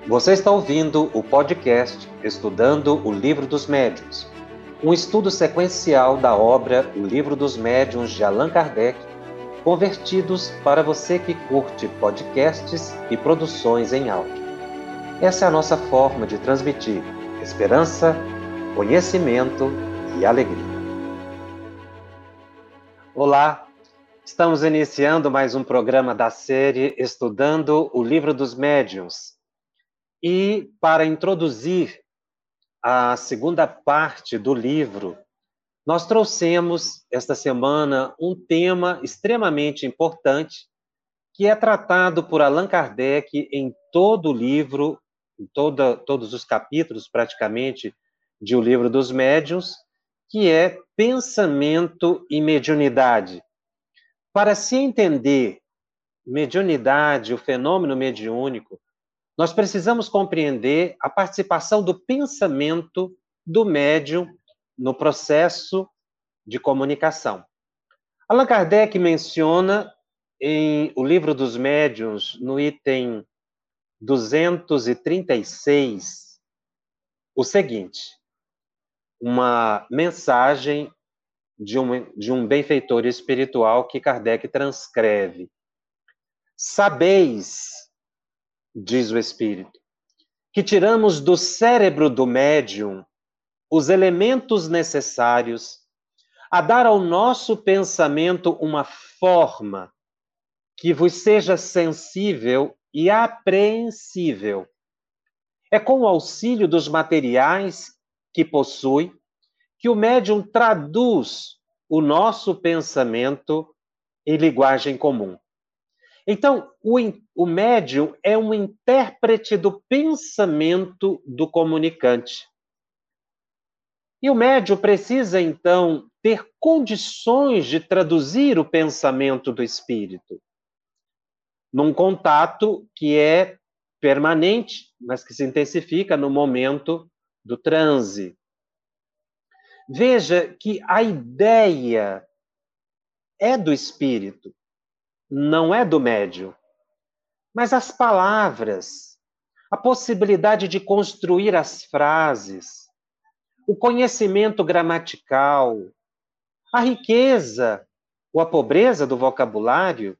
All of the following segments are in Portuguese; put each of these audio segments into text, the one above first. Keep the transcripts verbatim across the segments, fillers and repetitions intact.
Você está ouvindo o podcast Estudando o Livro dos Médiuns, um estudo sequencial da obra O Livro dos Médiuns de Allan Kardec, convertidos para você que curte podcasts e produções em áudio. Essa é a nossa forma de transmitir esperança, conhecimento e alegria. Olá, estamos iniciando mais um programa da série Estudando o Livro dos Médiuns. E para introduzir a segunda parte do livro, nós trouxemos esta semana um tema extremamente importante que é tratado por Allan Kardec em todo o livro, em toda, todos os capítulos praticamente de O Livro dos Médiuns, que é pensamento e mediunidade. Para se entender mediunidade, o fenômeno mediúnico, nós precisamos compreender a participação do pensamento do médium no processo de comunicação. Allan Kardec menciona em O Livro dos Médiuns, no item duzentos e trinta e seis, o seguinte: uma mensagem de um, de um benfeitor espiritual que Kardec transcreve. Sabeis, diz o Espírito, que tiramos do cérebro do médium os elementos necessários a dar ao nosso pensamento uma forma que vos seja sensível e apreensível. É com o auxílio dos materiais que possui que o médium traduz o nosso pensamento em linguagem comum. Então, o, o médium é um intérprete do pensamento do comunicante. E o médium precisa, então, ter condições de traduzir o pensamento do espírito num contato que é permanente, mas que se intensifica no momento do transe. Veja que a ideia é do espírito, não é do médium. Mas as palavras, a possibilidade de construir as frases, o conhecimento gramatical, a riqueza ou a pobreza do vocabulário,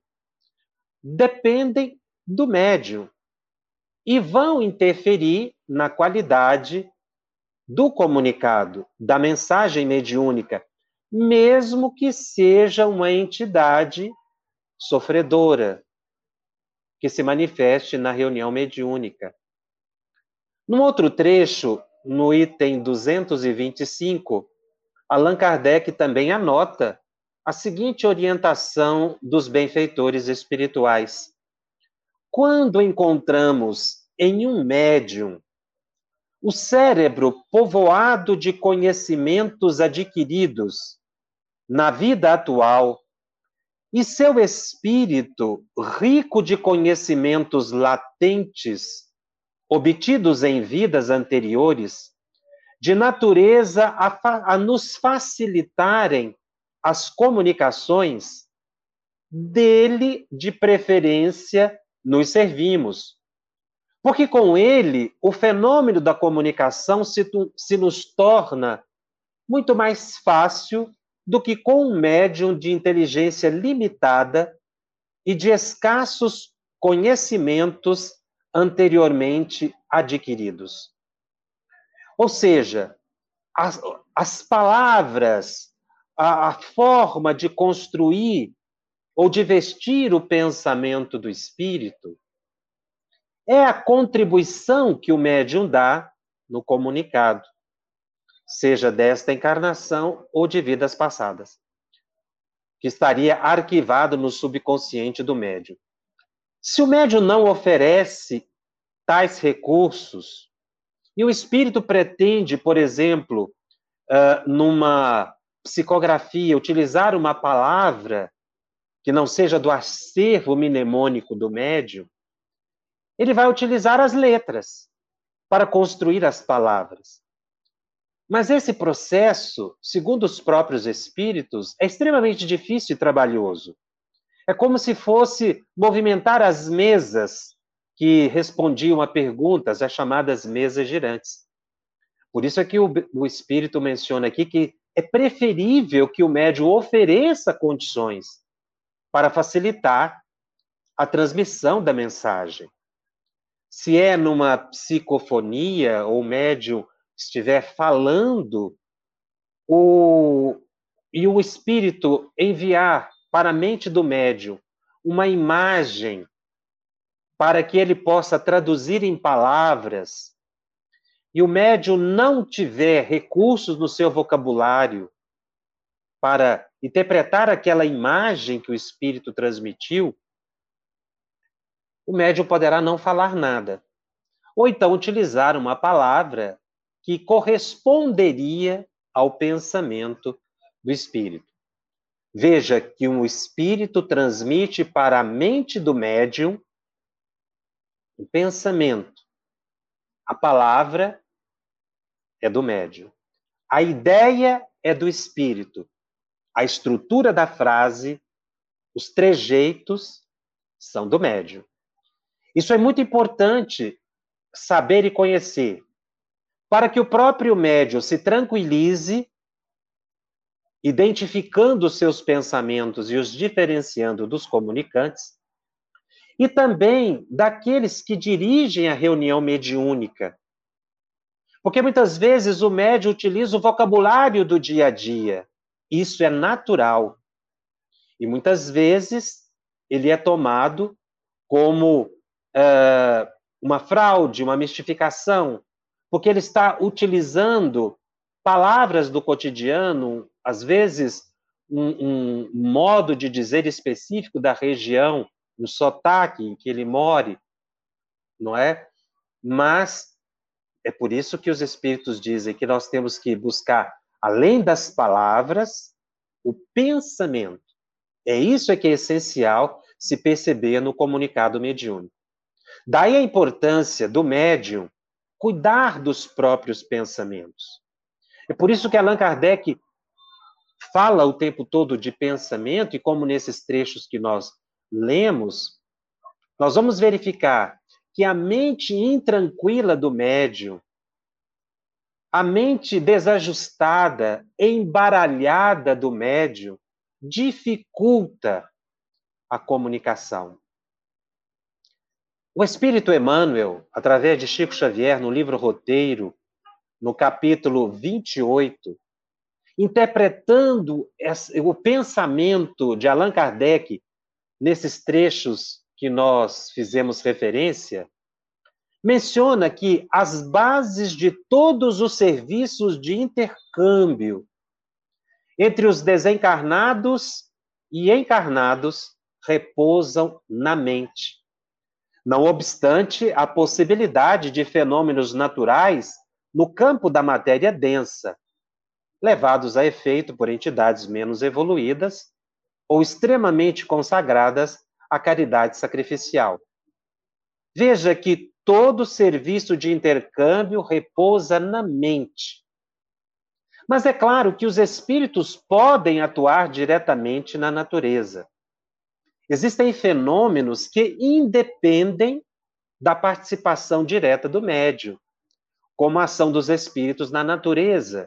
dependem do médium e vão interferir na qualidade do comunicado, da mensagem mediúnica, mesmo que seja uma entidade sofredora, que se manifeste na reunião mediúnica. Num outro trecho, no item duzentos e vinte e cinco, Allan Kardec também anota a seguinte orientação dos benfeitores espirituais. Quando encontramos em um médium o cérebro povoado de conhecimentos adquiridos na vida atual, e seu espírito, rico de conhecimentos latentes, obtidos em vidas anteriores, de natureza a, a nos facilitarem as comunicações, dele, de preferência, nos servimos. Porque com ele, o fenômeno da comunicação se, se nos torna muito mais fácil do que com um médium de inteligência limitada e de escassos conhecimentos anteriormente adquiridos. Ou seja, as, as palavras, a, a forma de construir ou de vestir o pensamento do espírito é a contribuição que o médium dá no comunicado, seja desta encarnação ou de vidas passadas, que estaria arquivado no subconsciente do médium. Se o médium não oferece tais recursos, e o espírito pretende, por exemplo, uh, numa psicografia, utilizar uma palavra que não seja do acervo mnemônico do médium, ele vai utilizar as letras para construir as palavras. Mas esse processo, segundo os próprios espíritos, é extremamente difícil e trabalhoso. É como se fosse movimentar as mesas que respondiam a perguntas, as chamadas mesas girantes. Por isso é que o, o Espírito menciona aqui que é preferível que o médium ofereça condições para facilitar a transmissão da mensagem. Se é numa psicofonia ou o médium estiver falando, o, e o Espírito enviar para a mente do médium uma imagem para que ele possa traduzir em palavras, e o médium não tiver recursos no seu vocabulário para interpretar aquela imagem que o Espírito transmitiu, o médium poderá não falar nada. Ou então utilizar uma palavra que corresponderia ao pensamento do Espírito. Veja que um Espírito transmite para a mente do médium um pensamento. A palavra é do médium. A ideia é do Espírito. A estrutura da frase, os trejeitos, são do médium. Isso é muito importante saber e conhecer, para que o próprio médium se tranquilize, identificando os seus pensamentos e os diferenciando dos comunicantes, e também daqueles que dirigem a reunião mediúnica. Porque muitas vezes o médium utiliza o vocabulário do dia a dia. Isso é natural. E muitas vezes ele é tomado como uh, uma fraude, uma mistificação, porque ele está utilizando palavras do cotidiano, às vezes um, um modo de dizer específico da região, no sotaque em que ele mora, não é? Mas é por isso que os espíritos dizem que nós temos que buscar, além das palavras, o pensamento. É isso que é essencial se perceber no comunicado mediúnico. Daí a importância do médium cuidar dos próprios pensamentos. É por isso que Allan Kardec fala o tempo todo de pensamento, e como nesses trechos que nós lemos, nós vamos verificar que a mente intranquila do médium, a mente desajustada, embaralhada do médium, dificulta a comunicação. O Espírito Emmanuel, através de Chico Xavier, no livro Roteiro, no capítulo vinte e oito, interpretando o pensamento de Allan Kardec nesses trechos que nós fizemos referência, menciona que as bases de todos os serviços de intercâmbio entre os desencarnados e encarnados repousam na mente. Não obstante a possibilidade de fenômenos naturais no campo da matéria densa, levados a efeito por entidades menos evoluídas ou extremamente consagradas à caridade sacrificial. Veja que todo serviço de intercâmbio repousa na mente. Mas é claro que os espíritos podem atuar diretamente na natureza. Existem fenômenos que independem da participação direta do médium, como a ação dos espíritos na natureza.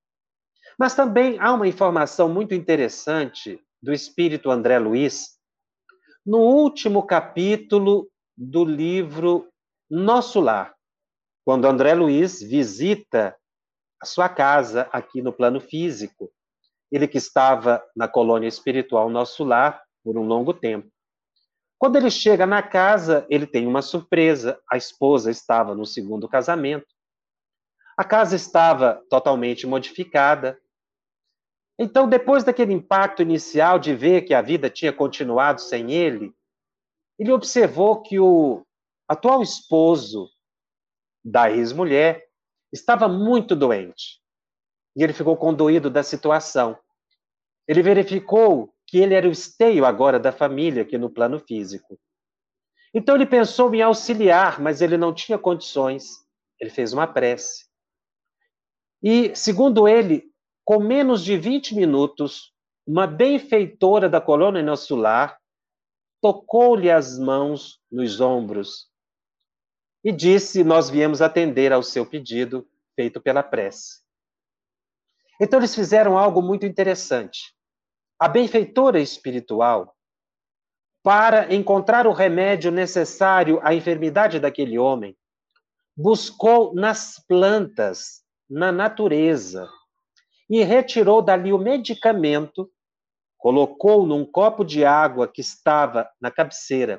Mas também há uma informação muito interessante do espírito André Luiz, no último capítulo do livro Nosso Lar, quando André Luiz visita a sua casa aqui no plano físico, ele que estava na colônia espiritual Nosso Lar por um longo tempo. Quando ele chega na casa, ele tem uma surpresa. A esposa estava no segundo casamento. A casa estava totalmente modificada. Então, depois daquele impacto inicial de ver que a vida tinha continuado sem ele, ele observou que o atual esposo da ex-mulher estava muito doente. E ele ficou condoído da situação. Ele verificou que ele era o esteio agora da família aqui no plano físico. Então ele pensou em auxiliar, mas ele não tinha condições. Ele fez uma prece. E, segundo ele, com menos de vinte minutos, uma benfeitora da colônia Nosso Lar tocou-lhe as mãos nos ombros e disse: nós viemos atender ao seu pedido feito pela prece. Então eles fizeram algo muito interessante. A benfeitora espiritual, para encontrar o remédio necessário à enfermidade daquele homem, buscou nas plantas, na natureza, e retirou dali o medicamento, colocou num copo de água que estava na cabeceira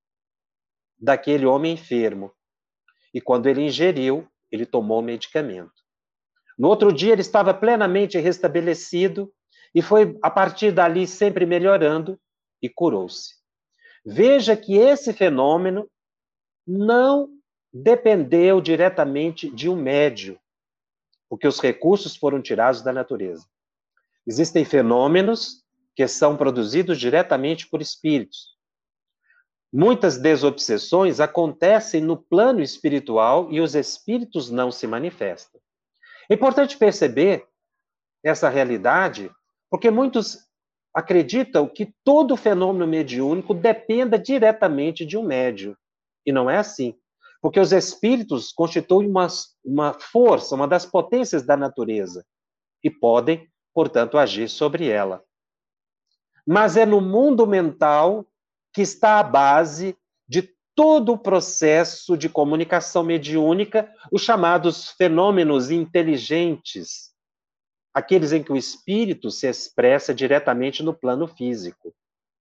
daquele homem enfermo. E quando ele ingeriu, ele tomou o medicamento. No outro dia, ele estava plenamente restabelecido e foi, a partir dali, sempre melhorando e curou-se. Veja que esse fenômeno não dependeu diretamente de um médium, porque os recursos foram tirados da natureza. Existem fenômenos que são produzidos diretamente por espíritos. Muitas desobsessões acontecem no plano espiritual e os espíritos não se manifestam. É importante perceber essa realidade, porque muitos acreditam que todo fenômeno mediúnico dependa diretamente de um médium. E não é assim. Porque os espíritos constituem uma, uma força, uma das potências da natureza, e podem, portanto, agir sobre ela. Mas é no mundo mental que está a base de todo o processo de comunicação mediúnica, os chamados fenômenos inteligentes, aqueles em que o espírito se expressa diretamente no plano físico.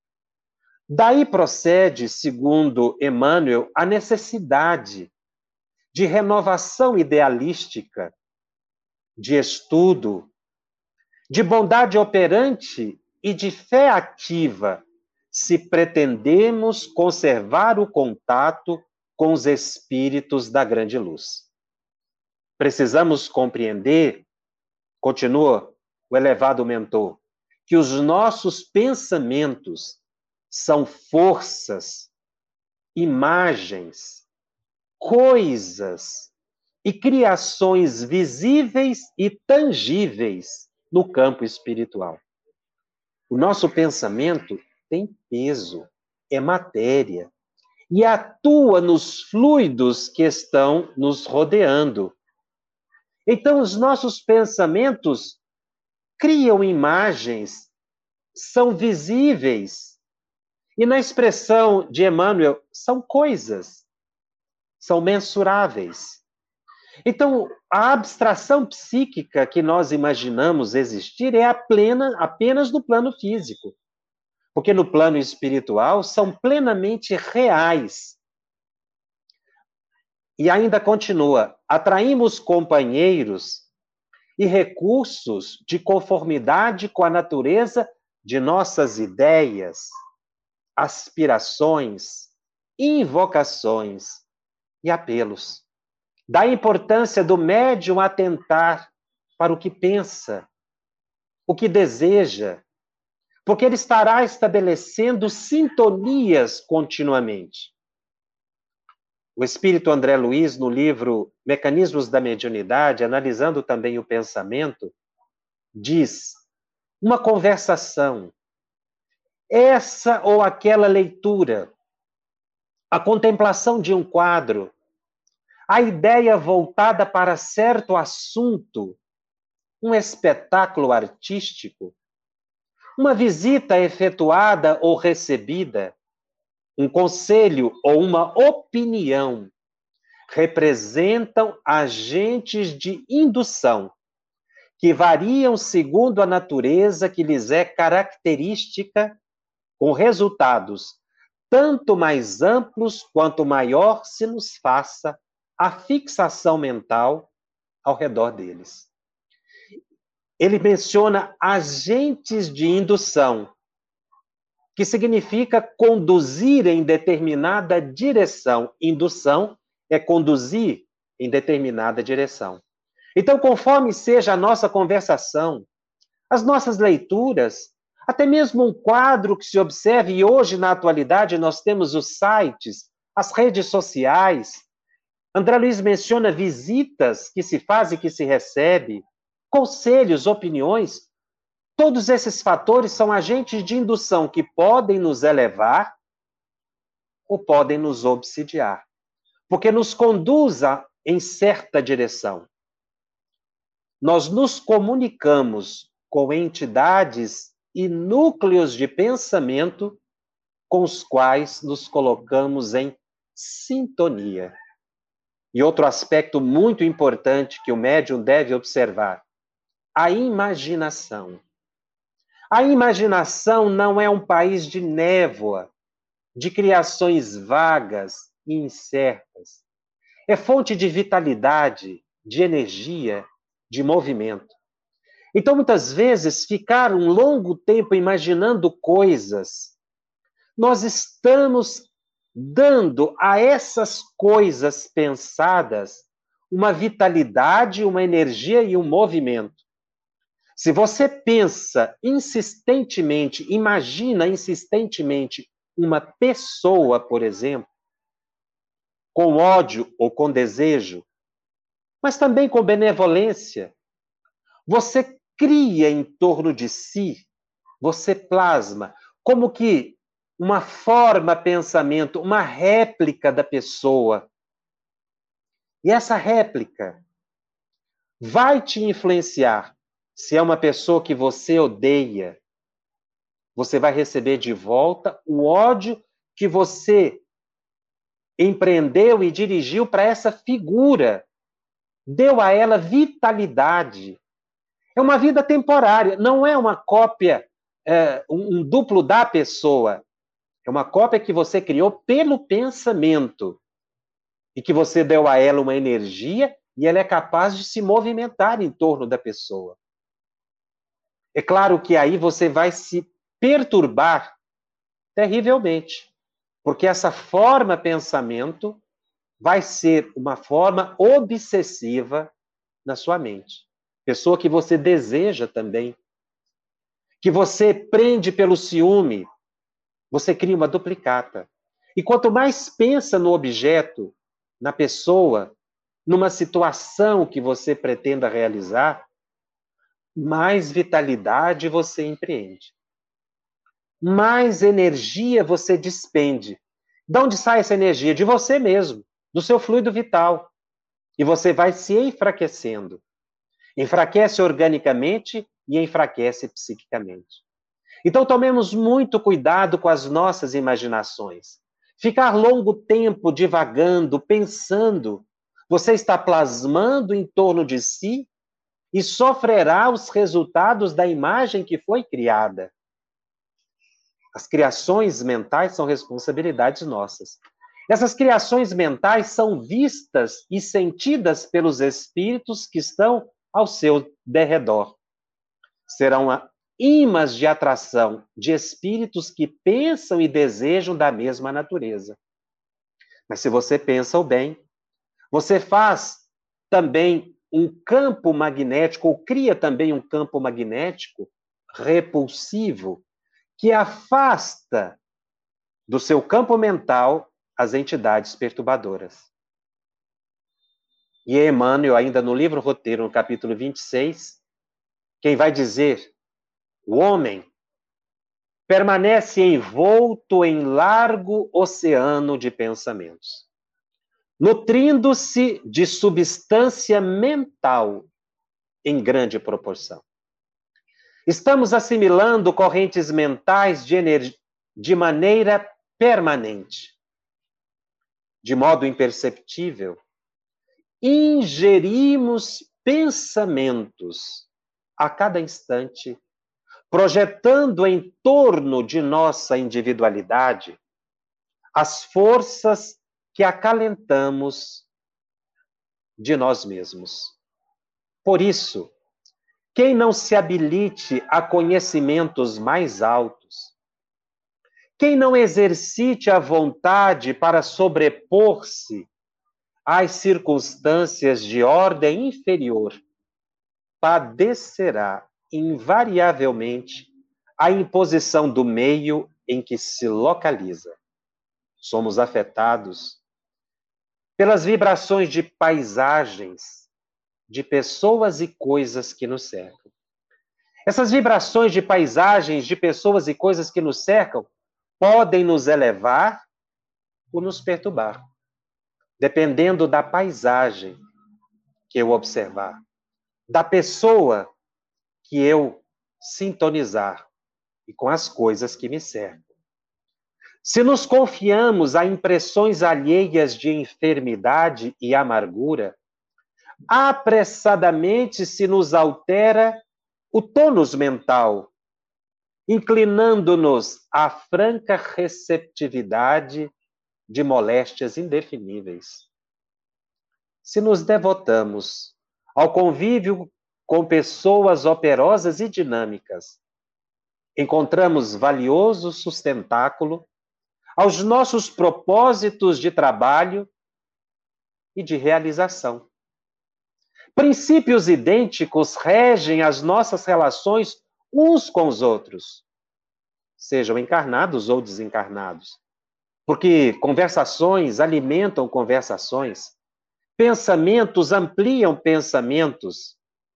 Daí procede, segundo Emmanuel, a necessidade de renovação idealística, de estudo, de bondade operante e de fé ativa, se pretendemos conservar o contato com os espíritos da grande luz. Precisamos compreender, continua o elevado mentor, que os nossos pensamentos são forças, imagens, coisas e criações visíveis e tangíveis no campo espiritual. O nosso pensamento tem peso, é matéria, e atua nos fluidos que estão nos rodeando. Então, os nossos pensamentos criam imagens, são visíveis, e na expressão de Emmanuel, são coisas, são mensuráveis. Então, a abstração psíquica que nós imaginamos existir é a plena, apenas no plano físico. Porque no plano espiritual são plenamente reais. E ainda continua, atraímos companheiros e recursos de conformidade com a natureza de nossas ideias, aspirações, invocações e apelos. Da importância do médium atentar para o que pensa, o que deseja, porque ele estará estabelecendo sintonias continuamente. O espírito André Luiz, no livro Mecanismos da Mediunidade, analisando também o pensamento, diz: uma conversação, essa ou aquela leitura, a contemplação de um quadro, a ideia voltada para certo assunto, um espetáculo artístico, uma visita efetuada ou recebida, um conselho ou uma opinião, representam agentes de indução, que variam segundo a natureza que lhes é característica, com resultados tanto mais amplos quanto maior se nos faça a fixação mental ao redor deles. Ele menciona agentes de indução, que significa conduzir em determinada direção. Indução é conduzir em determinada direção. Então, conforme seja a nossa conversação, as nossas leituras, até mesmo um quadro que se observe, e hoje, na atualidade, nós temos os sites, as redes sociais. André Luiz menciona visitas que se fazem e que se recebe, conselhos, opiniões. Todos esses fatores são agentes de indução que podem nos elevar ou podem nos obsidiar. porque nos conduz a, em certa direção. Nós nos comunicamos com entidades e núcleos de pensamento com os quais nos colocamos em sintonia. E outro aspecto muito importante que o médium deve observar, a imaginação. A imaginação não é um país de névoa, de criações vagas e incertas. É fonte de vitalidade, de energia, de movimento. Então, muitas vezes, ficar um longo tempo imaginando coisas, nós estamos dando a essas coisas pensadas uma vitalidade, uma energia e um movimento. Se você pensa insistentemente, imagina insistentemente uma pessoa, por exemplo, com ódio ou com desejo, mas também com benevolência, você cria em torno de si, você plasma, como que uma forma pensamento, uma réplica da pessoa. E essa réplica vai te influenciar. Se é uma pessoa que você odeia, você vai receber de volta o ódio que você empreendeu e dirigiu para essa figura. Deu a ela vitalidade. É uma vida temporária, não é uma cópia, é, um, um duplo da pessoa. É uma cópia que você criou pelo pensamento e que você deu a ela uma energia e ela é capaz de se movimentar em torno da pessoa. É claro que aí você vai se perturbar terrivelmente, porque essa forma pensamento vai ser uma forma obsessiva na sua mente. Pessoa que você deseja também, que você prende pelo ciúme, você cria uma duplicata. E quanto mais pensa no objeto, na pessoa, numa situação que você pretenda realizar, mais vitalidade você empreende. Mais energia você despende. De onde sai essa energia? De você mesmo, do seu fluido vital. E você vai se enfraquecendo. Enfraquece organicamente e enfraquece psiquicamente. Então, tomemos muito cuidado com as nossas imaginações. Ficar longo tempo divagando, pensando, você está plasmando em torno de si e sofrerá os resultados da imagem que foi criada. As criações mentais são responsabilidades nossas. Essas criações mentais são vistas e sentidas pelos espíritos que estão ao seu derredor. Serão ímãs de atração de espíritos que pensam e desejam da mesma natureza. Mas se você pensa o bem, você faz também um campo magnético, ou cria também um campo magnético repulsivo, que afasta do seu campo mental as entidades perturbadoras. E Emmanuel, ainda no livro Roteiro, no capítulo vinte e seis, quem vai dizer: o homem permanece envolto em largo oceano de pensamentos, nutrindo-se de substância mental em grande proporção. Estamos assimilando correntes mentais de, energia, de maneira permanente, de modo imperceptível. Ingerimos pensamentos a cada instante, projetando em torno de nossa individualidade as forças que acalentamos de nós mesmos. Por isso, quem não se habilite a conhecimentos mais altos, quem não exercite a vontade para sobrepor-se às circunstâncias de ordem inferior, padecerá invariavelmente a imposição do meio em que se localiza. Somos afetados pelas vibrações de paisagens, de pessoas e coisas que nos cercam. Essas vibrações de paisagens, de pessoas e coisas que nos cercam, podem nos elevar ou nos perturbar. dependendo da paisagem que eu observar, da pessoa que eu sintonizar e com as coisas que me cercam. Se nos confiamos a impressões alheias de enfermidade e amargura, apressadamente se nos altera o tônus mental, inclinando-nos à franca receptividade de moléstias indefiníveis. Se nos devotamos ao convívio com pessoas operosas e dinâmicas, encontramos valioso sustentáculo aos nossos propósitos de trabalho e de realização. Princípios idênticos regem as nossas relações uns com os outros, sejam encarnados ou desencarnados, porque conversações alimentam conversações, pensamentos ampliam pensamentos,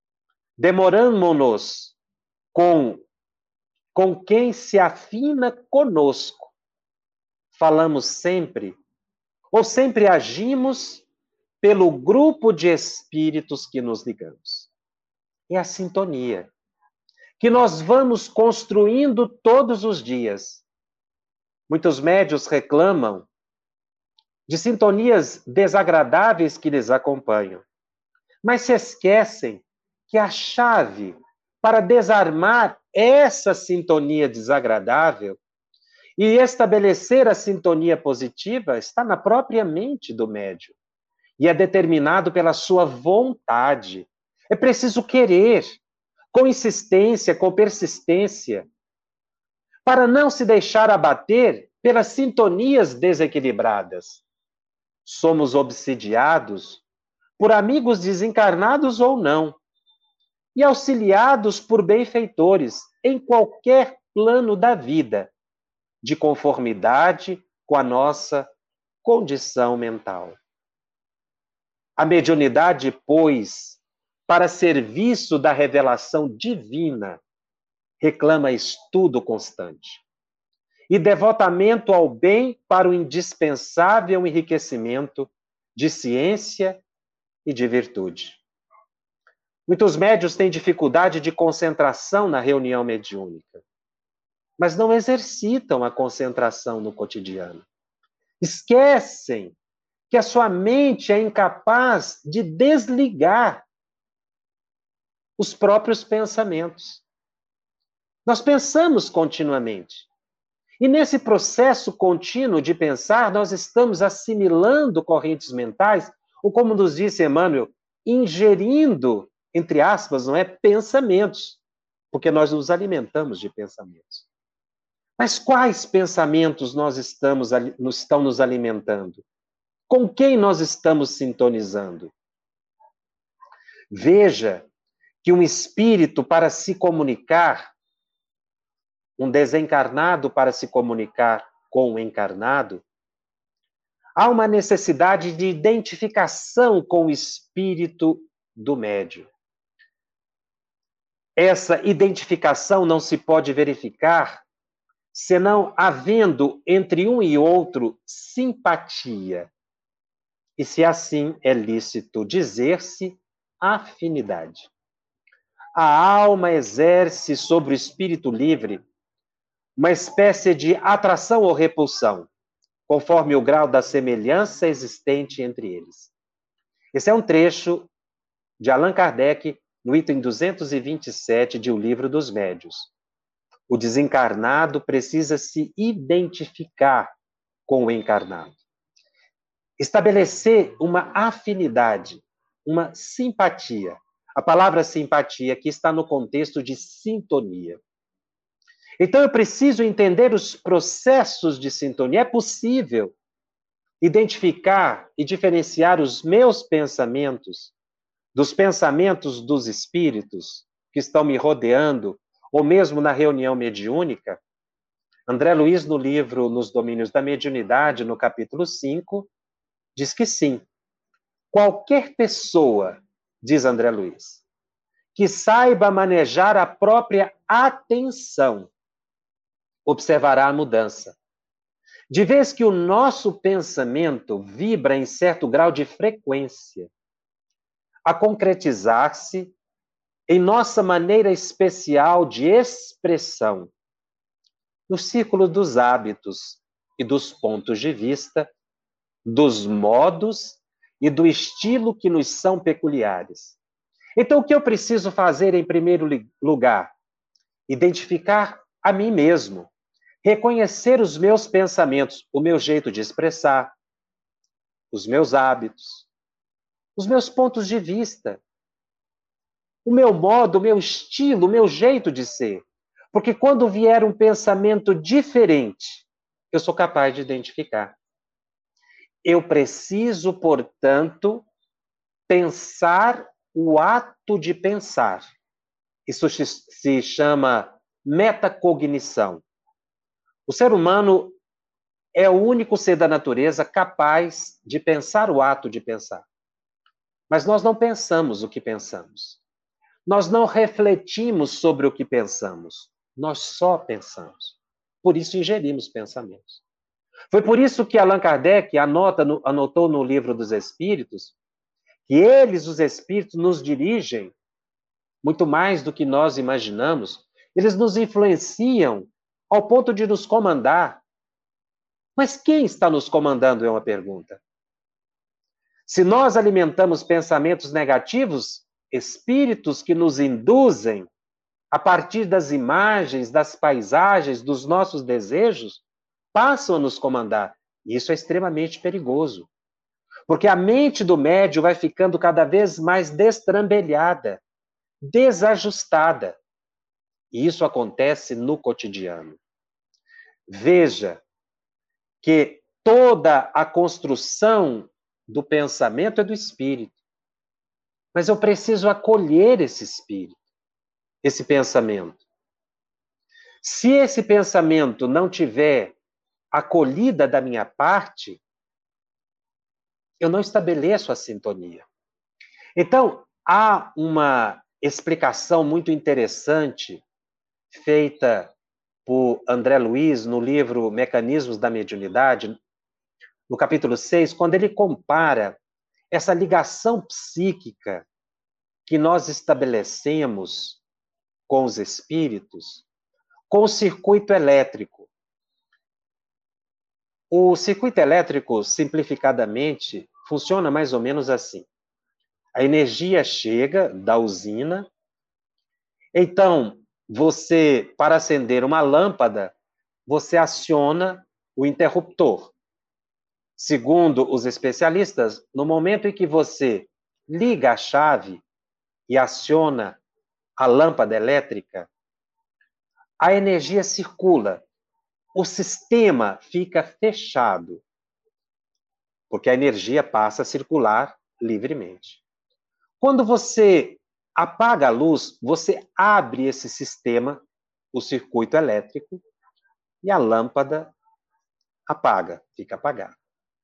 demoramos-nos com, com quem se afina conosco. Falamos sempre, ou sempre agimos pelo grupo de espíritos que nos ligamos. É a sintonia que nós vamos construindo todos os dias. Muitos médiuns reclamam de sintonias desagradáveis que lhes acompanham, mas se esquecem que a chave para desarmar essa sintonia desagradável e estabelecer a sintonia positiva está na própria mente do médium. E é determinado pela sua vontade. É preciso querer, com insistência, com persistência, para não se deixar abater pelas sintonias desequilibradas. Somos obsidiados por amigos desencarnados ou não, e auxiliados por benfeitores em qualquer plano da vida, de conformidade com a nossa condição mental. A mediunidade, pois, para serviço da revelação divina, reclama estudo constante e devotamento ao bem para o indispensável enriquecimento de ciência e de virtude. Muitos médiuns têm dificuldade de concentração na reunião mediúnica, mas não exercitam a concentração no cotidiano. Esquecem que a sua mente é incapaz de desligar os próprios pensamentos. Nós pensamos continuamente. E nesse processo contínuo de pensar, nós estamos assimilando correntes mentais, ou como nos disse Emmanuel, ingerindo, entre aspas, não é, pensamentos, porque nós nos alimentamos de pensamentos. Mas quais pensamentos nós estamos, estão nos alimentando? Com quem nós estamos sintonizando? Veja que um espírito para se comunicar, um desencarnado para se comunicar com o encarnado, há uma necessidade de identificação com o espírito do médium. Essa identificação não se pode verificar senão havendo entre um e outro simpatia. E se assim é lícito dizer-se afinidade. A alma exerce sobre o espírito livre uma espécie de atração ou repulsão, conforme o grau da semelhança existente entre eles. Esse é um trecho de Allan Kardec, no item duzentos e vinte e sete de O Livro dos Médiuns. O desencarnado precisa se identificar com o encarnado. Estabelecer uma afinidade, uma simpatia. A palavra simpatia aqui está no contexto de sintonia. Então eu preciso entender os processos de sintonia. É possível identificar e diferenciar os meus pensamentos dos pensamentos dos espíritos que estão me rodeando, ou mesmo na reunião mediúnica? André Luiz, no livro Nos Domínios da Mediunidade, no capítulo cinco, diz que sim. Qualquer pessoa, diz André Luiz, que saiba manejar a própria atenção, observará a mudança. De vez que o nosso pensamento vibra em certo grau de frequência, a concretizar-se em nossa maneira especial de expressão, no círculo dos hábitos e dos pontos de vista, dos modos e do estilo que nos são peculiares. Então, o que eu preciso fazer em primeiro lugar? Identificar a mim mesmo, reconhecer os meus pensamentos, o meu jeito de expressar, os meus hábitos, os meus pontos de vista, o meu modo, o meu estilo, o meu jeito de ser. Porque quando vier um pensamento diferente, eu sou capaz de identificar. Eu preciso, portanto, pensar o ato de pensar. Isso se chama metacognição. O ser humano é o único ser da natureza capaz de pensar o ato de pensar. Mas nós não pensamos o que pensamos. Nós não refletimos sobre o que pensamos. Nós só pensamos. Por isso ingerimos pensamentos. Foi por isso que Allan Kardec anota no, anotou no Livro dos Espíritos que eles, os espíritos, nos dirigem muito mais do que nós imaginamos. Eles nos influenciam ao ponto de nos comandar. Mas quem está nos comandando é uma pergunta. Se nós alimentamos pensamentos negativos, espíritos que nos induzem, a partir das imagens, das paisagens, dos nossos desejos, passam a nos comandar. E isso é extremamente perigoso. Porque a mente do médium vai ficando cada vez mais destrambelhada, desajustada. E isso acontece no cotidiano. Veja que toda a construção do pensamento é do espírito. Mas eu preciso acolher esse espírito, esse pensamento. Se esse pensamento não tiver acolhida da minha parte, eu não estabeleço a sintonia. Então, há uma explicação muito interessante feita por André Luiz no livro Mecanismos da Mediunidade, no capítulo seis, quando ele compara essa ligação psíquica que nós estabelecemos com os espíritos, com o circuito elétrico. O circuito elétrico, simplificadamente, funciona mais ou menos assim. A energia chega da usina, então você, para acender uma lâmpada, você aciona o interruptor. Segundo os especialistas, no momento em que você liga a chave e aciona a lâmpada elétrica, a energia circula, o sistema fica fechado, porque a energia passa a circular livremente. Quando você apaga a luz, você abre esse sistema, o circuito elétrico, e a lâmpada apaga, fica apagada.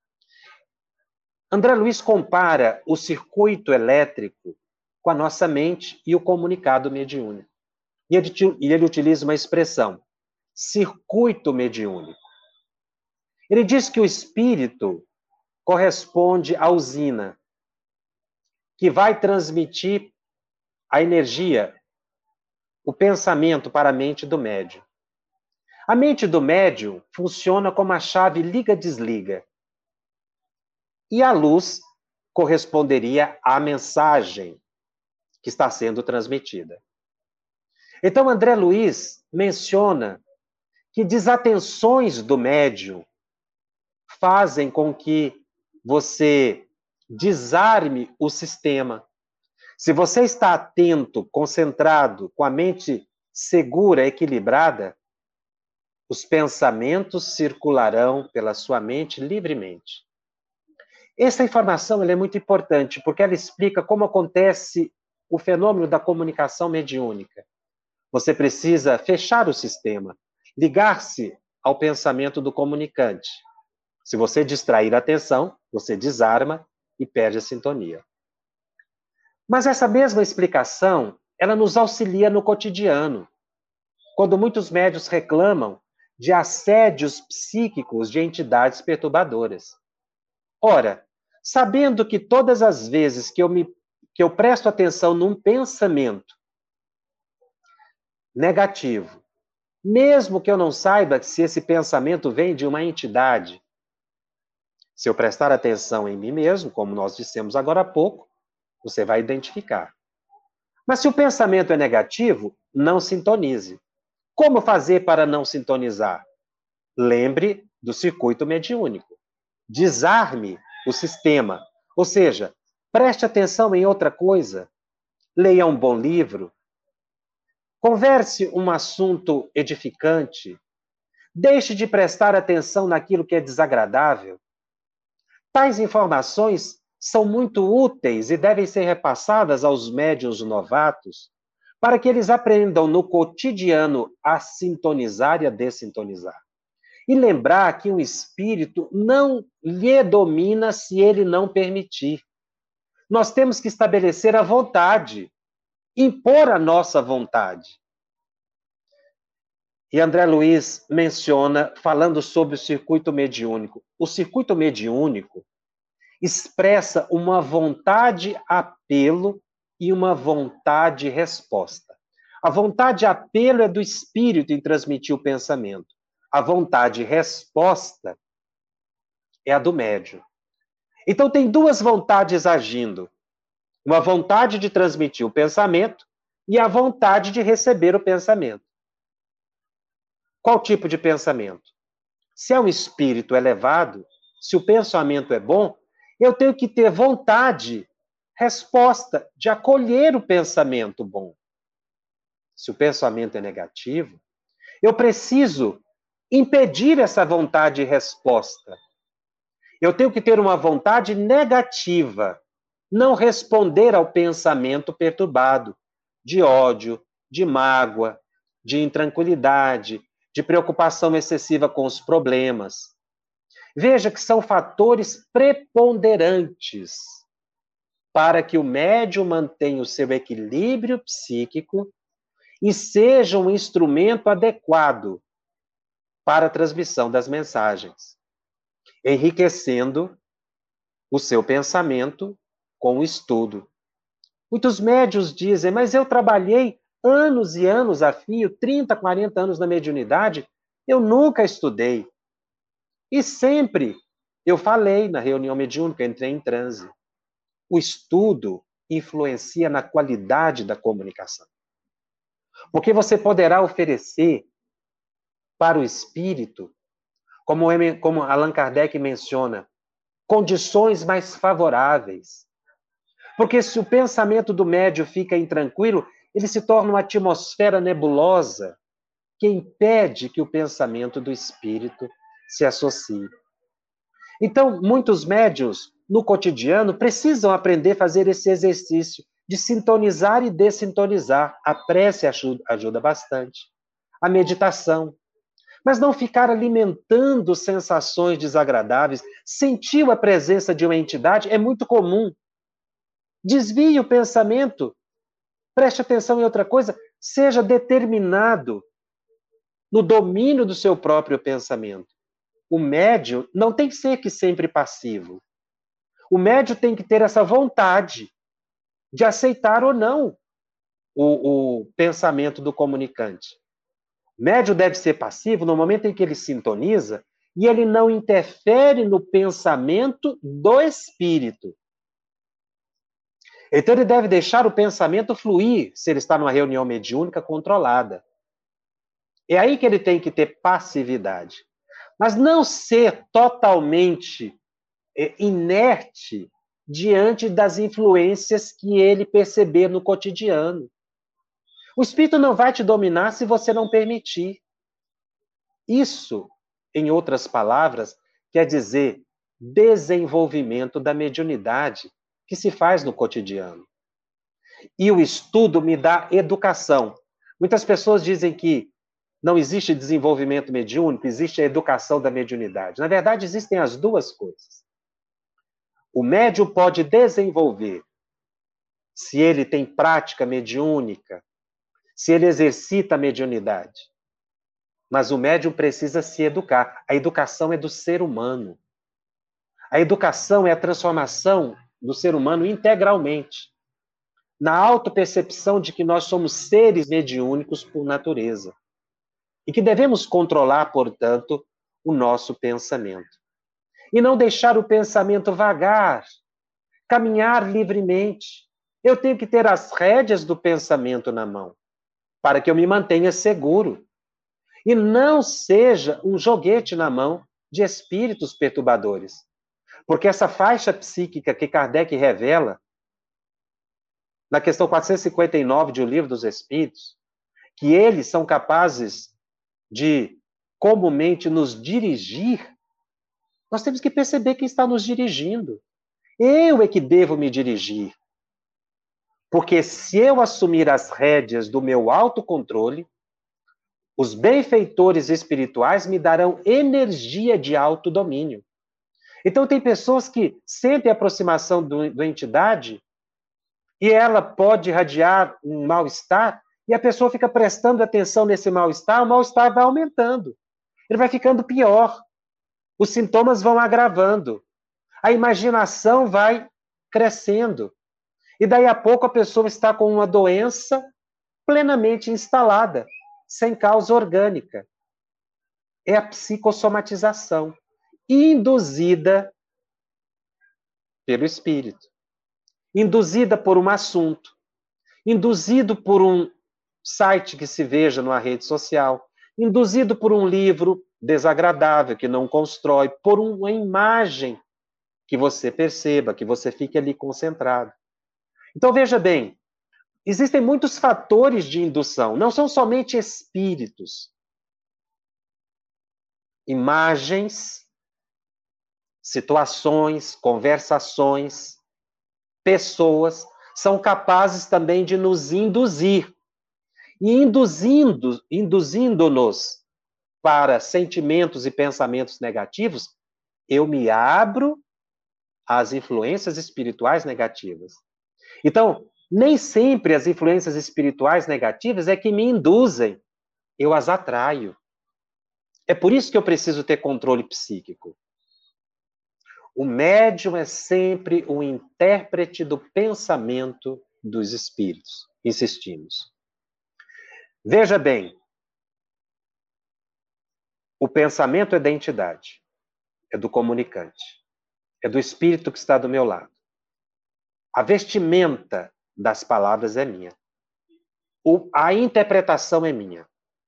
André Luiz compara o circuito elétrico com a nossa mente e o comunicado mediúnico. E ele, e ele utiliza uma expressão, circuito mediúnico. Ele diz que o espírito corresponde à usina, que vai transmitir a energia, o pensamento para a mente do médium. A mente do médium funciona como a chave liga-desliga. E a luz corresponderia à mensagem que está sendo transmitida. Então, André Luiz menciona que desatenções do médium fazem com que você desarme o sistema. Se você está atento, concentrado, com a mente segura, equilibrada, os pensamentos circularão pela sua mente livremente. Essa informação ela é muito importante, porque ela explica como acontece o fenômeno da comunicação mediúnica. Você precisa fechar o sistema, ligar-se ao pensamento do comunicante. Se você distrair a atenção, você desarma e perde a sintonia. Mas essa mesma explicação, ela nos auxilia no cotidiano. Quando muitos médiuns reclamam de assédios psíquicos de entidades perturbadoras. Ora, sabendo que todas as vezes que eu, me, que eu presto atenção num pensamento negativo, mesmo que eu não saiba se esse pensamento vem de uma entidade, se eu prestar atenção em mim mesmo, como nós dissemos agora há pouco, você vai identificar. Mas se o pensamento é negativo, não sintonize. Como fazer para não sintonizar? Lembre do circuito mediúnico. Desarme o sistema. Ou seja, preste atenção em outra coisa. Leia um bom livro. Converse um assunto edificante. Deixe de prestar atenção naquilo que é desagradável. Tais informações são muito úteis e devem ser repassadas aos médiuns novatos para que eles aprendam no cotidiano a sintonizar e a dessintonizar. E lembrar que o espírito não lhe domina se ele não permitir. Nós temos que estabelecer a vontade, impor a nossa vontade. E André Luiz menciona, falando sobre o circuito mediúnico. O circuito mediúnico expressa uma vontade apelo e uma vontade resposta. A vontade apelo é do espírito em transmitir o pensamento. A vontade resposta é a do médium. Então tem duas vontades agindo. Uma vontade de transmitir o pensamento e a vontade de receber o pensamento. Qual tipo de pensamento? Se é um espírito elevado, se o pensamento é bom, eu tenho que ter vontade, resposta, de acolher o pensamento bom. Se o pensamento é negativo, eu preciso impedir essa vontade e resposta. Eu tenho que ter uma vontade negativa, não responder ao pensamento perturbado, de ódio, de mágoa, de intranquilidade, de preocupação excessiva com os problemas. Veja que são fatores preponderantes para que o médium mantenha o seu equilíbrio psíquico e seja um instrumento adequado para a transmissão das mensagens, enriquecendo o seu pensamento com o estudo. Muitos médiuns dizem, mas eu trabalhei anos e anos a fio, trinta, quarenta anos na mediunidade, eu nunca estudei. E sempre eu falei na reunião mediúnica, entrei em transe. O estudo influencia na qualidade da comunicação. Porque você poderá oferecer para o espírito, como, como Allan Kardec menciona, condições mais favoráveis. Porque se o pensamento do médium fica intranquilo, ele se torna uma atmosfera nebulosa que impede que o pensamento do espírito se associe. Então, muitos médiuns, no cotidiano, precisam aprender a fazer esse exercício de sintonizar e dessintonizar. A prece ajuda, ajuda bastante. A meditação. Mas não ficar alimentando sensações desagradáveis. Sentiu a presença de uma entidade é muito comum. Desvie o pensamento. Preste atenção em outra coisa. Seja determinado no domínio do seu próprio pensamento. O médium não tem que ser que sempre passivo. O médium tem que ter essa vontade de aceitar ou não o, o pensamento do comunicante. O médium deve ser passivo no momento em que ele sintoniza e ele não interfere no pensamento do espírito. Então ele deve deixar o pensamento fluir se ele está numa reunião mediúnica controlada. É aí que ele tem que ter passividade. Mas não ser totalmente inerte diante das influências que ele perceber no cotidiano. O espírito não vai te dominar se você não permitir. Isso, em outras palavras, quer dizer desenvolvimento da mediunidade que se faz no cotidiano. E o estudo me dá educação. Muitas pessoas dizem que não existe desenvolvimento mediúnico, existe a educação da mediunidade. Na verdade, existem as duas coisas. O médium pode desenvolver, se ele tem prática mediúnica, se ele exercita a mediunidade. mas o médium precisa se educar. A educação é do ser humano. A educação é a transformação do ser humano integralmente, na autopercepção de que nós somos seres mediúnicos por natureza e que devemos controlar, portanto, o nosso pensamento. E não deixar o pensamento vagar, caminhar livremente. Eu tenho que ter as rédeas do pensamento na mão, para que eu me mantenha seguro. E não seja um joguete na mão de espíritos perturbadores. Porque essa faixa psíquica que Kardec revela, na questão quatrocentos e cinquenta e nove de O Livro dos Espíritos, que eles são capazes de comumente nos dirigir, nós temos que perceber quem está nos dirigindo. Eu é que devo me dirigir. Porque se eu assumir as rédeas do meu autocontrole, os benfeitores espirituais me darão energia de autodomínio. Então, tem pessoas que sentem a aproximação do, do entidade e ela pode irradiar um mal-estar e a pessoa fica prestando atenção nesse mal-estar, o mal-estar vai aumentando. Ele vai ficando pior. Os sintomas vão agravando. A imaginação vai crescendo. E daí a pouco a pessoa está com uma doença plenamente instalada, sem causa orgânica. É a psicossomatização, induzida pelo espírito, induzida por um assunto, induzido por um site que se veja numa rede social, induzido por um livro desagradável que não constrói, por uma imagem que você perceba, que você fique ali concentrado. Então, veja bem, existem muitos fatores de indução, não são somente espíritos. Imagens, situações, conversações, pessoas são capazes também de nos induzir. E induzindo, induzindo-nos para sentimentos e pensamentos negativos, eu me abro às influências espirituais negativas. Então, nem sempre as influências espirituais negativas é que me induzem, eu as atraio. É por isso que eu preciso ter controle psíquico. O médium é sempre o intérprete do pensamento dos espíritos. Insistimos. Veja bem, o pensamento é da entidade, é do comunicante, é do espírito que está do meu lado. A vestimenta das palavras é minha. O, a interpretação é minha.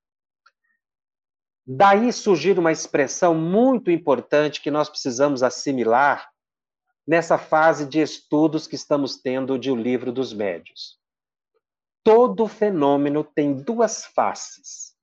Daí surgir uma expressão muito importante que nós precisamos assimilar nessa fase de estudos que estamos tendo de O Livro dos Médiuns. Todo fenômeno tem duas faces.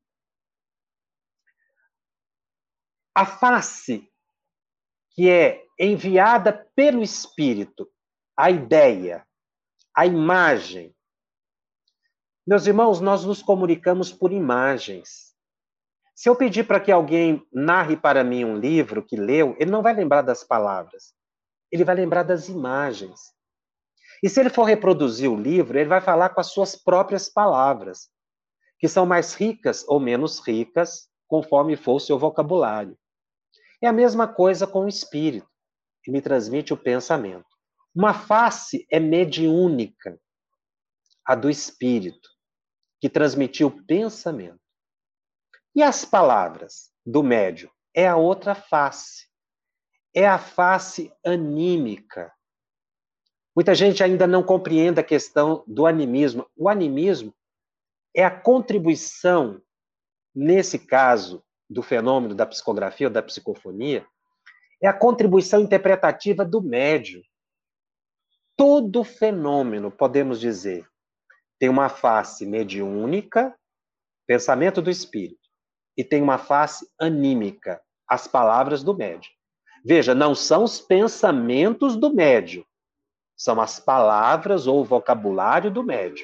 A face que é enviada pelo espírito, a ideia, a imagem. Meus irmãos, nós nos comunicamos por imagens. Se eu pedir para que alguém narre para mim um livro que leu, ele não vai lembrar das palavras, ele vai lembrar das imagens. E se ele for reproduzir o livro, ele vai falar com as suas próprias palavras, que são mais ricas ou menos ricas, conforme for o seu vocabulário. É a mesma coisa com o espírito, que me transmite o pensamento. Uma face é mediúnica, a do espírito, que transmitiu o pensamento. E as palavras do médium é a outra face. É a face anímica. Muita gente ainda não compreende a questão do animismo. O animismo é a contribuição, nesse caso do fenômeno da psicografia ou da psicofonia, é a contribuição interpretativa do médium. Todo fenômeno, podemos dizer, tem uma face mediúnica, pensamento do espírito, e tem uma face anímica, as palavras do médium. Veja, não são os pensamentos do médium, são as palavras ou o vocabulário do médium.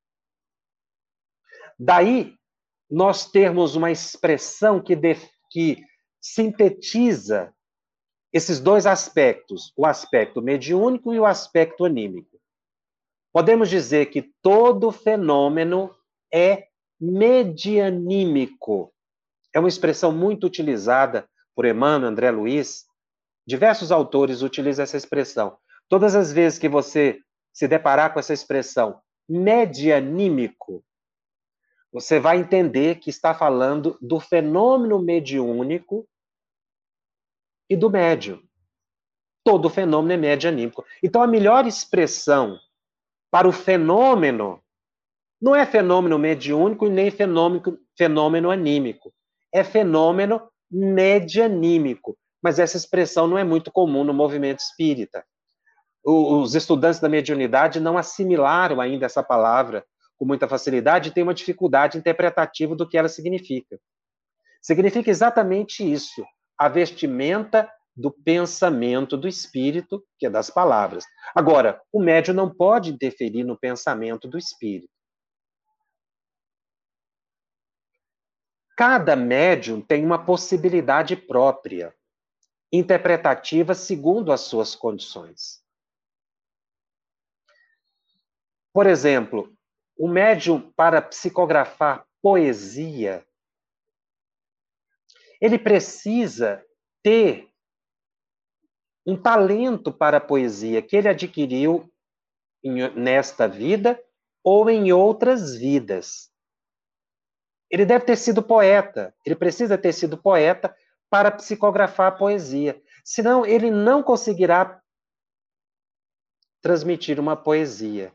Daí, nós termos uma expressão que, de, que sintetiza esses dois aspectos, o aspecto mediúnico e o aspecto anímico. Podemos dizer que todo fenômeno é medianímico. É uma expressão muito utilizada por Emmanuel, André Luiz. Diversos autores utilizam essa expressão. Todas as vezes que você se deparar com essa expressão medianímico, você vai entender que está falando do fenômeno mediúnico e do médium. Todo fenômeno é medianímico. Então, a melhor expressão para o fenômeno não é fenômeno mediúnico e nem fenômeno, fenômeno anímico. É fenômeno medianímico. Mas essa expressão não é muito comum no movimento espírita. Os estudantes da mediunidade não assimilaram ainda essa palavra com muita facilidade e têm uma dificuldade interpretativa do que ela significa. Significa exatamente isso, a vestimenta do pensamento do espírito, que é das palavras. Agora, o médium não pode interferir no pensamento do espírito. Cada médium tem uma possibilidade própria, interpretativa segundo as suas condições. Por exemplo, o médium, para psicografar poesia, ele precisa ter um talento para a poesia que ele adquiriu em, nesta vida ou em outras vidas. Ele deve ter sido poeta, ele precisa ter sido poeta para psicografar a poesia. Senão, ele não conseguirá transmitir uma poesia.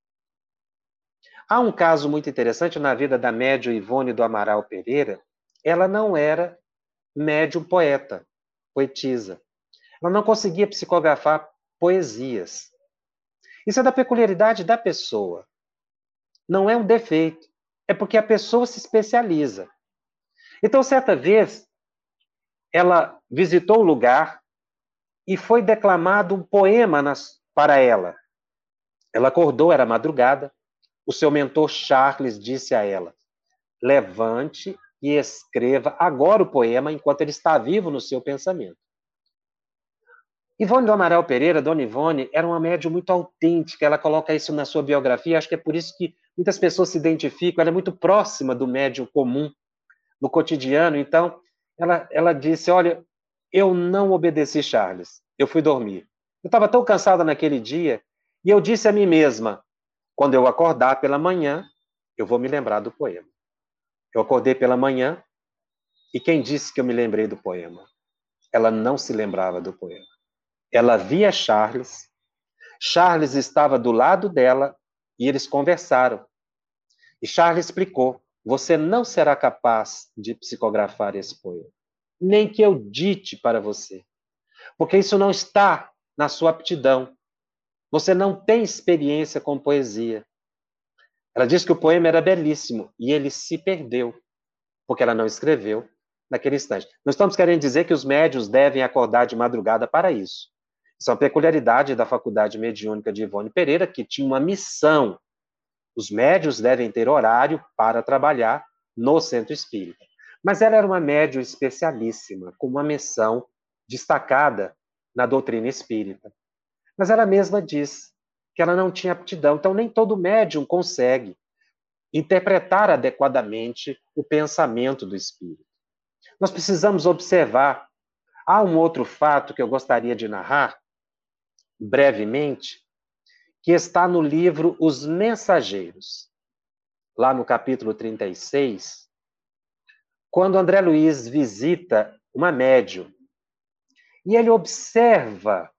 Há um caso muito interessante na vida da médium Ivone do Amaral Pereira. Ela não era médium poeta, poetisa. Ela não conseguia psicografar poesias. Isso é da peculiaridade da pessoa. Não é um defeito. É porque a pessoa se especializa. Então, certa vez, ela visitou o lugar e foi declamado um poema nas, para ela. Ela acordou, era madrugada. O seu mentor Charles disse a ela: levante e escreva agora o poema enquanto ele está vivo no seu pensamento. Ivone do Amaral Pereira, Dona Ivone, era uma médium muito autêntica, ela coloca isso na sua biografia, acho que é por isso que muitas pessoas se identificam, ela é muito próxima do médium comum, no cotidiano, então ela, ela disse, olha, eu não obedeci Charles, eu fui dormir. Eu estava tão cansada naquele dia, e eu disse a mim mesma, quando eu acordar pela manhã, eu vou me lembrar do poema. Eu acordei pela manhã, e quem disse que eu me lembrei do poema? Ela não se lembrava do poema. Ela via Charles, Charles estava do lado dela e eles conversaram. E Charles explicou, você não será capaz de psicografar esse poema, nem que eu dite para você, porque isso não está na sua aptidão. Você não tem experiência com poesia. Ela disse que o poema era belíssimo e ele se perdeu, porque ela não escreveu naquele instante. Não estamos querendo dizer que os médiuns devem acordar de madrugada para isso. Isso é uma peculiaridade da Faculdade Mediúnica de Ivone Pereira, que tinha uma missão. Os médiuns devem ter horário para trabalhar no centro espírita. Mas ela era uma médium especialíssima, com uma missão destacada na doutrina espírita. Mas ela mesma diz que ela não tinha aptidão. Então, nem todo médium consegue interpretar adequadamente o pensamento do espírito. Nós precisamos observar. Há um outro fato que eu gostaria de narrar, brevemente, que está no livro Os Mensageiros, lá no capítulo trinta e seis, quando André Luiz visita uma médium, e ele observa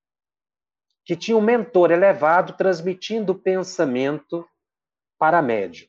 que tinha um mentor elevado transmitindo o pensamento para a médium.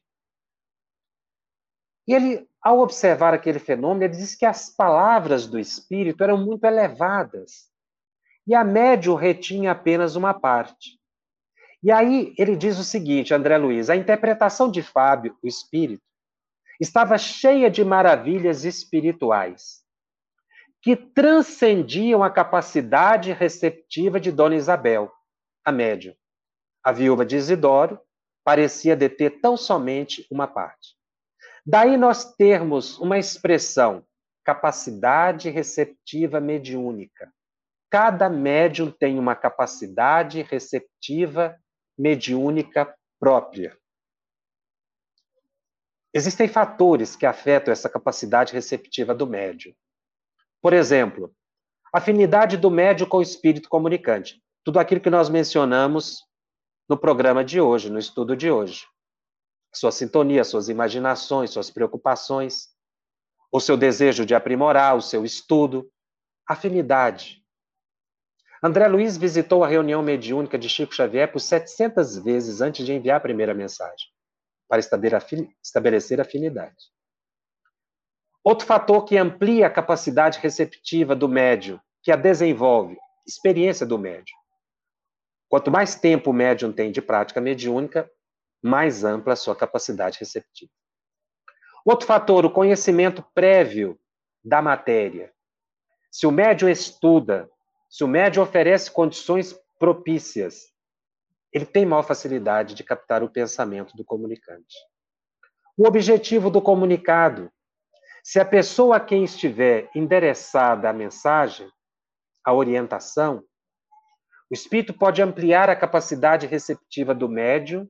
E ele, ao observar aquele fenômeno, ele diz que as palavras do espírito eram muito elevadas, e a médium retinha apenas uma parte. E aí ele diz o seguinte, André Luiz, a interpretação de Fábio, o espírito, estava cheia de maravilhas espirituais, que transcendiam a capacidade receptiva de Dona Isabel, a médium. A viúva de Isidoro parecia deter tão somente uma parte. Daí nós termos uma expressão, capacidade receptiva mediúnica. Cada médium tem uma capacidade receptiva mediúnica própria. existem fatores que afetam essa capacidade receptiva do médium. Por exemplo, afinidade do médium com o espírito comunicante. Tudo aquilo que nós mencionamos no programa de hoje, no estudo de hoje. Sua sintonia, suas imaginações, suas preocupações, o seu desejo de aprimorar, o seu estudo, afinidade. André Luiz visitou a reunião mediúnica de Chico Xavier por setecentas vezes antes de enviar a primeira mensagem, para estabelecer afinidade. Outro fator que amplia a capacidade receptiva do médium, que a desenvolve, experiência do médium. Quanto mais tempo o médium tem de prática mediúnica, mais ampla a sua capacidade receptiva. Outro fator, o conhecimento prévio da matéria. Se o médium estuda, se o médium oferece condições propícias, ele tem maior facilidade de captar o pensamento do comunicante. O objetivo do comunicado. Se a pessoa a quem estiver endereçada a mensagem, a orientação, o espírito pode ampliar a capacidade receptiva do médium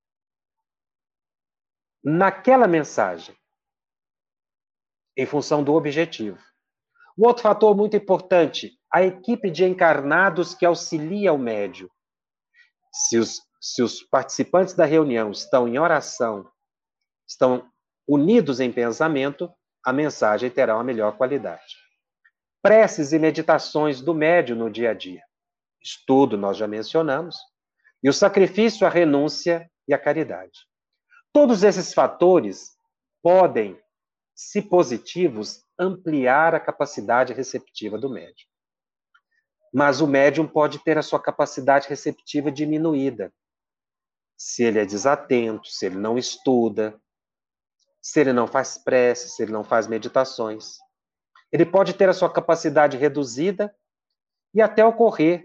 naquela mensagem, em função do objetivo. Um outro fator muito importante, a equipe de encarnados que auxilia o médium. Se os, se os participantes da reunião estão em oração, estão unidos em pensamento, a mensagem terá uma melhor qualidade. Preces e meditações do médium no dia a dia. Estudo, nós já mencionamos. E o sacrifício, a renúncia e a caridade. Todos esses fatores podem, se positivos, ampliar a capacidade receptiva do médium. Mas o médium pode ter a sua capacidade receptiva diminuída. Se ele é desatento, se ele não estuda, se ele não faz preces, se ele não faz meditações. Ele pode ter a sua capacidade reduzida e até ocorrer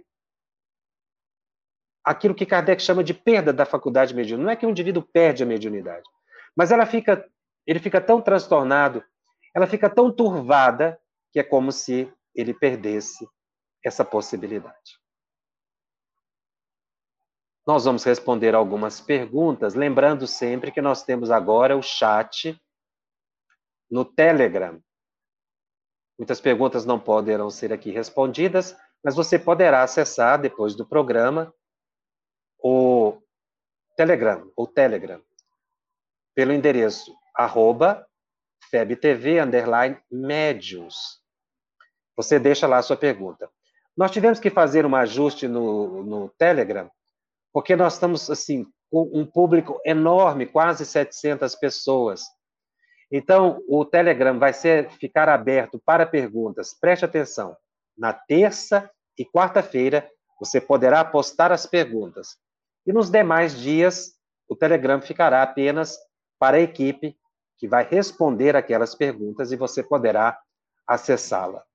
aquilo que Kardec chama de perda da faculdade mediúnica. Não é que o indivíduo perde a mediunidade, mas ela fica, ele fica tão transtornado, ela fica tão turvada, que é como se ele perdesse essa possibilidade. Nós vamos responder algumas perguntas, lembrando sempre que nós temos agora o chat no Telegram. Muitas perguntas não poderão ser aqui respondidas, mas você poderá acessar, depois do programa, o Telegram, ou Telegram, pelo endereço arroba febtv underline médiuns. Você deixa lá a sua pergunta. Nós tivemos que fazer um ajuste no, no Telegram, porque nós estamos, assim, com um público enorme, quase setecentas pessoas. Então, o Telegram vai ser, ficar aberto para perguntas. Preste atenção. Na terça e quarta-feira, você poderá postar as perguntas. E nos demais dias, o Telegram ficará apenas para a equipe que vai responder aquelas perguntas e você poderá acessá-la.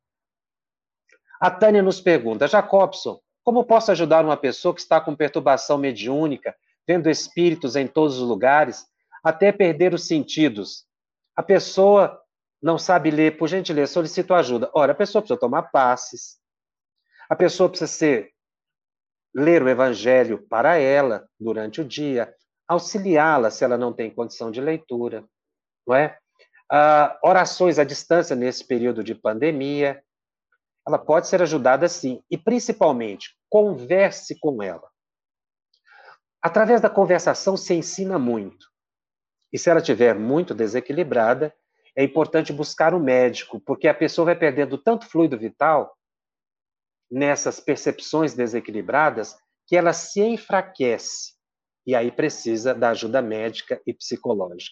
A Tânia nos pergunta, Jacobson, como posso ajudar uma pessoa que está com perturbação mediúnica, vendo espíritos em todos os lugares, até perder os sentidos? A pessoa não sabe ler, por gentileza, solicito ajuda. Ora, a pessoa precisa tomar passes, a pessoa precisa ser, ler o evangelho para ela durante o dia, auxiliá-la se ela não tem condição de leitura, não é? Ah, orações à distância nesse período de pandemia, ela pode ser ajudada sim, e principalmente, converse com ela. Através da conversação se ensina muito. E se ela estiver muito desequilibrada, é importante buscar um médico, porque a pessoa vai perdendo tanto fluido vital nessas percepções desequilibradas que ela se enfraquece. E aí precisa da ajuda médica e psicológica.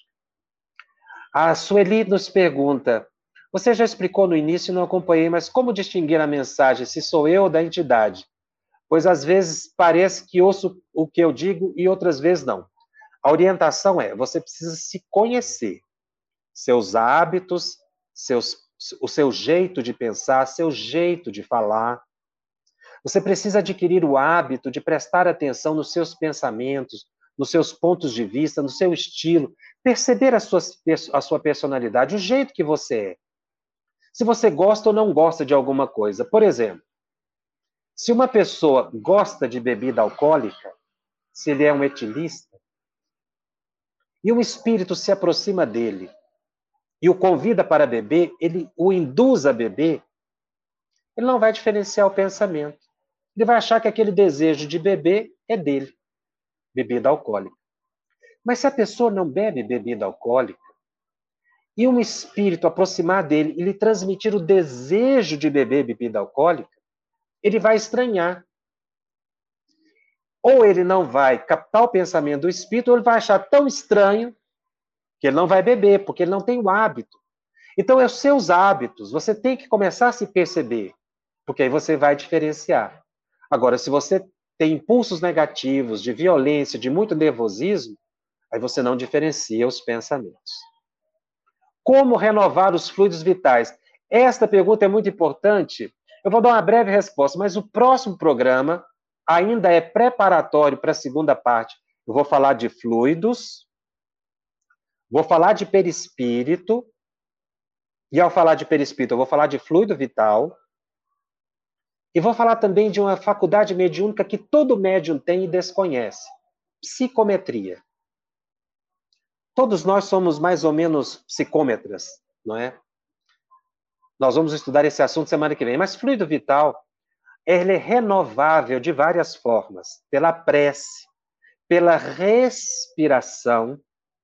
A Sueli nos pergunta, você já explicou no início e não acompanhei, mas como distinguir a mensagem, se sou eu ou da entidade? Pois às vezes parece que ouço o que eu digo e outras vezes não. A orientação é, você precisa se conhecer, seus hábitos, seus, o seu jeito de pensar, seu jeito de falar. Você precisa adquirir o hábito de prestar atenção nos seus pensamentos, nos seus pontos de vista, no seu estilo, perceber a sua, a sua personalidade, o jeito que você é. Se você gosta ou não gosta de alguma coisa. Por exemplo, se uma pessoa gosta de bebida alcoólica, se ele é um etilista, e um espírito se aproxima dele e o convida para beber, ele o induz a beber, ele não vai diferenciar o pensamento. Ele vai achar que aquele desejo de beber é dele, bebida alcoólica. Mas se a pessoa não bebe bebida alcoólica, e um espírito aproximar dele e lhe transmitir o desejo de beber bebida alcoólica, ele vai estranhar. Ou ele não vai captar o pensamento do espírito, ou ele vai achar tão estranho que ele não vai beber, porque ele não tem o hábito. Então, é os seus hábitos. Você tem que começar a se perceber, porque aí você vai diferenciar. Agora, se você tem impulsos negativos, de violência, de muito nervosismo, aí você não diferencia os pensamentos. Como renovar os fluidos vitais? Esta pergunta é muito importante. Eu vou dar uma breve resposta, mas o próximo programa ainda é preparatório para a segunda parte. Eu vou falar de fluidos, vou falar de perispírito, e ao falar de perispírito, eu vou falar de fluido vital, e vou falar também de uma faculdade mediúnica que todo médium tem e desconhece: psicometria. Todos nós somos mais ou menos psicômetras, não é? Nós vamos estudar esse assunto semana que vem. Mas fluido vital, ele é renovável de várias formas. Pela prece, pela respiração,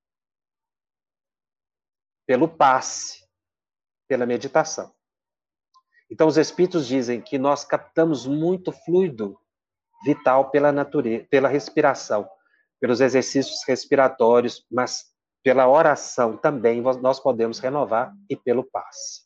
pelo passe, pela meditação. Então, os espíritos dizem que nós captamos muito fluido vital pela natureza, pela respiração, pelos exercícios respiratórios, mas pela oração também nós podemos renovar, e pelo passe.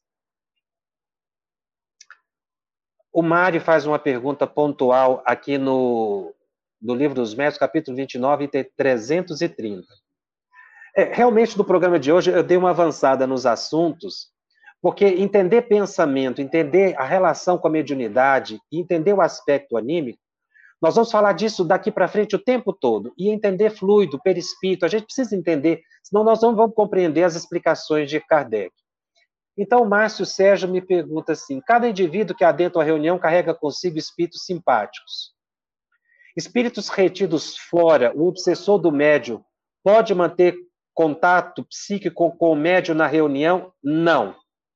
O Mário faz uma pergunta pontual aqui no, no Livro dos Médiuns, capítulo vinte e nove, item trezentos e trinta. É, realmente, no programa de hoje, eu dei uma avançada nos assuntos, porque entender pensamento, entender a relação com a mediunidade e entender o aspecto anímico, nós vamos falar disso daqui para frente o tempo todo. E entender fluido, perispírito, a gente precisa entender, senão nós não vamos compreender as explicações de Kardec. Então, o Márcio Sérgio me pergunta assim: cada indivíduo que adentra a reunião carrega consigo espíritos simpáticos. Espíritos retidos fora, o obsessor do médium pode manter contato psíquico com o médium na reunião? Não.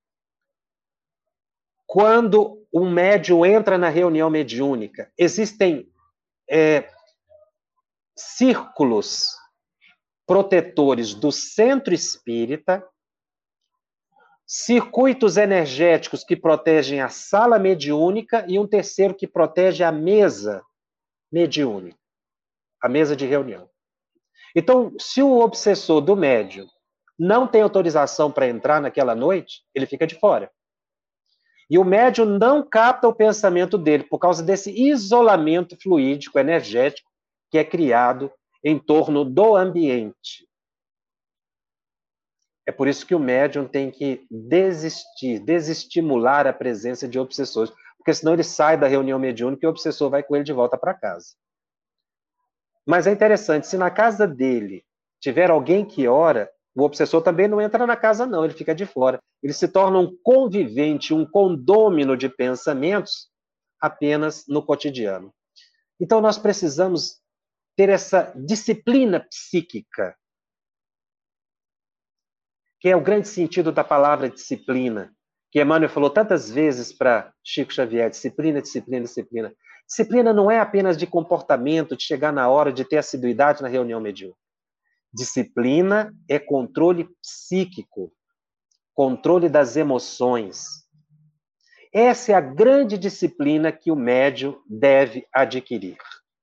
Quando um médium entra na reunião mediúnica, existem é, círculos protetores do centro espírita, circuitos energéticos que protegem a sala mediúnica e um terceiro que protege a mesa mediúnica, a mesa de reunião. Então, se o obsessor do médium não tem autorização para entrar naquela noite, ele fica de fora. E o médium não capta o pensamento dele por causa desse isolamento fluídico, energético, que é criado em torno do ambiente. É por isso que o médium tem que desistir, desestimular a presença de obsessores, porque senão ele sai da reunião mediúnica e o obsessor vai com ele de volta para casa. Mas é interessante, se na casa dele tiver alguém que ora, o obsessor também não entra na casa não, ele fica de fora. Ele se torna um convivente, um condômino de pensamentos apenas no cotidiano. Então nós precisamos ter essa disciplina psíquica, que é o grande sentido da palavra disciplina, que Emmanuel falou tantas vezes para Chico Xavier: disciplina, disciplina, disciplina. Disciplina não é apenas de comportamento, de chegar na hora, de ter assiduidade na reunião mediúnica. Disciplina é controle psíquico, controle das emoções. Essa é a grande disciplina que o médium deve adquirir.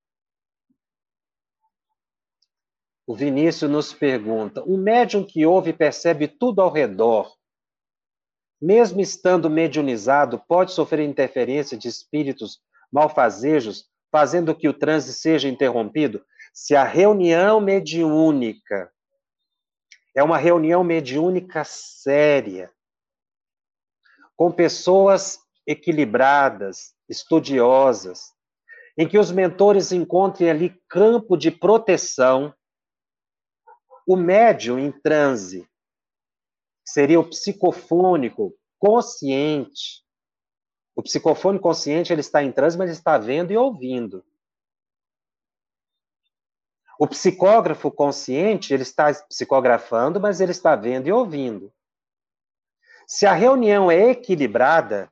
O Vinícius nos pergunta: um médium que ouve e percebe tudo ao redor, mesmo estando mediunizado, pode sofrer interferência de espíritos malfazejos, fazendo que o transe seja interrompido? Se a reunião mediúnica é uma reunião mediúnica séria, com pessoas equilibradas, estudiosas, em que os mentores encontrem ali campo de proteção, o médium em transe seria o psicofônico consciente. O psicofônico consciente, ele está em transe, mas ele está vendo e ouvindo. O psicógrafo consciente, ele está psicografando, mas ele está vendo e ouvindo. Se a reunião é equilibrada,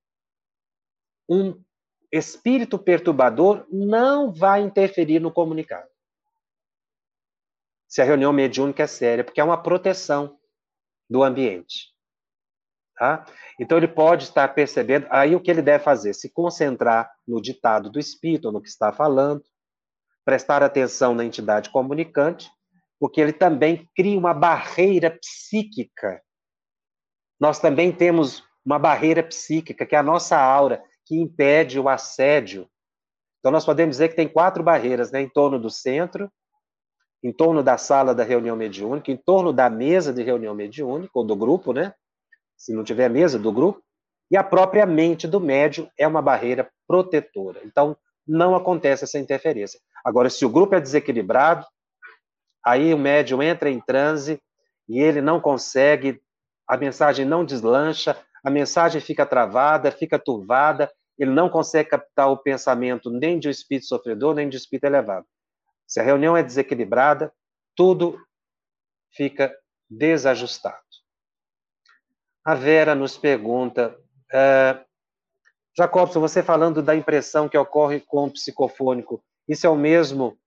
um espírito perturbador não vai interferir no comunicado. Se a reunião mediúnica é séria, porque é uma proteção do ambiente. Tá? Então ele pode estar percebendo, aí o que ele deve fazer? Se concentrar no ditado do espírito, ou no que está falando, prestar atenção na entidade comunicante, porque ele também cria uma barreira psíquica. Nós também temos uma barreira psíquica, que é a nossa aura, que impede o assédio. Então nós podemos dizer que tem quatro barreiras, né? Em torno do centro, em torno da sala da reunião mediúnica, em torno da mesa de reunião mediúnica, ou do grupo, né? Se não tiver mesa, do grupo, e a própria mente do médium é uma barreira protetora. Então, não acontece essa interferência. Agora, se o grupo é desequilibrado, aí o médium entra em transe e ele não consegue, a mensagem não deslancha, a mensagem fica travada, fica turvada, ele não consegue captar o pensamento nem de um espírito sofredor, nem de um espírito elevado. Se a reunião é desequilibrada, tudo fica desajustado. A Vera nos pergunta, uh, Jacobson, você falando da impressão que ocorre com o psicofônico, isso é o mesmo,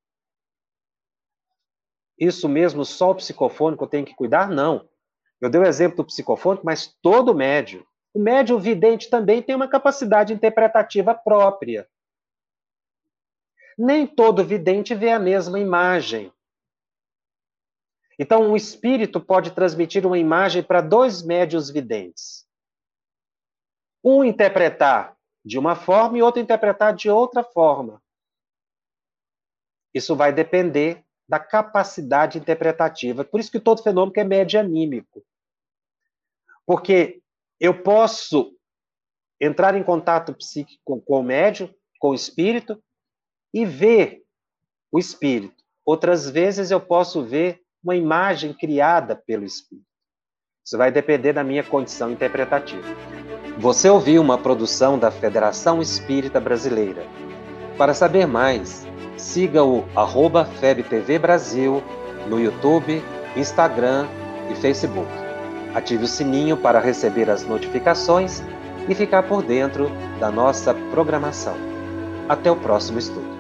isso mesmo só o psicofônico tem que cuidar? Não. Eu dei o exemplo do psicofônico, mas todo médium. O médium vidente também tem uma capacidade interpretativa própria. Nem todo vidente vê a mesma imagem. Então, um espírito pode transmitir uma imagem para dois médiuns videntes. Um interpretar de uma forma e outro interpretar de outra forma. Isso vai depender da capacidade interpretativa. Por isso que todo fenômeno é medianímico. Porque eu posso entrar em contato psíquico com o médium, com o espírito, e ver o espírito. Outras vezes eu posso ver uma imagem criada pelo espírito. Isso vai depender da minha condição interpretativa. Você ouviu uma produção da Federação Espírita Brasileira. Para saber mais, siga o arroba F E B T V Brasil no YouTube, Instagram e Facebook. Ative o sininho para receber as notificações e ficar por dentro da nossa programação. Até o próximo estudo.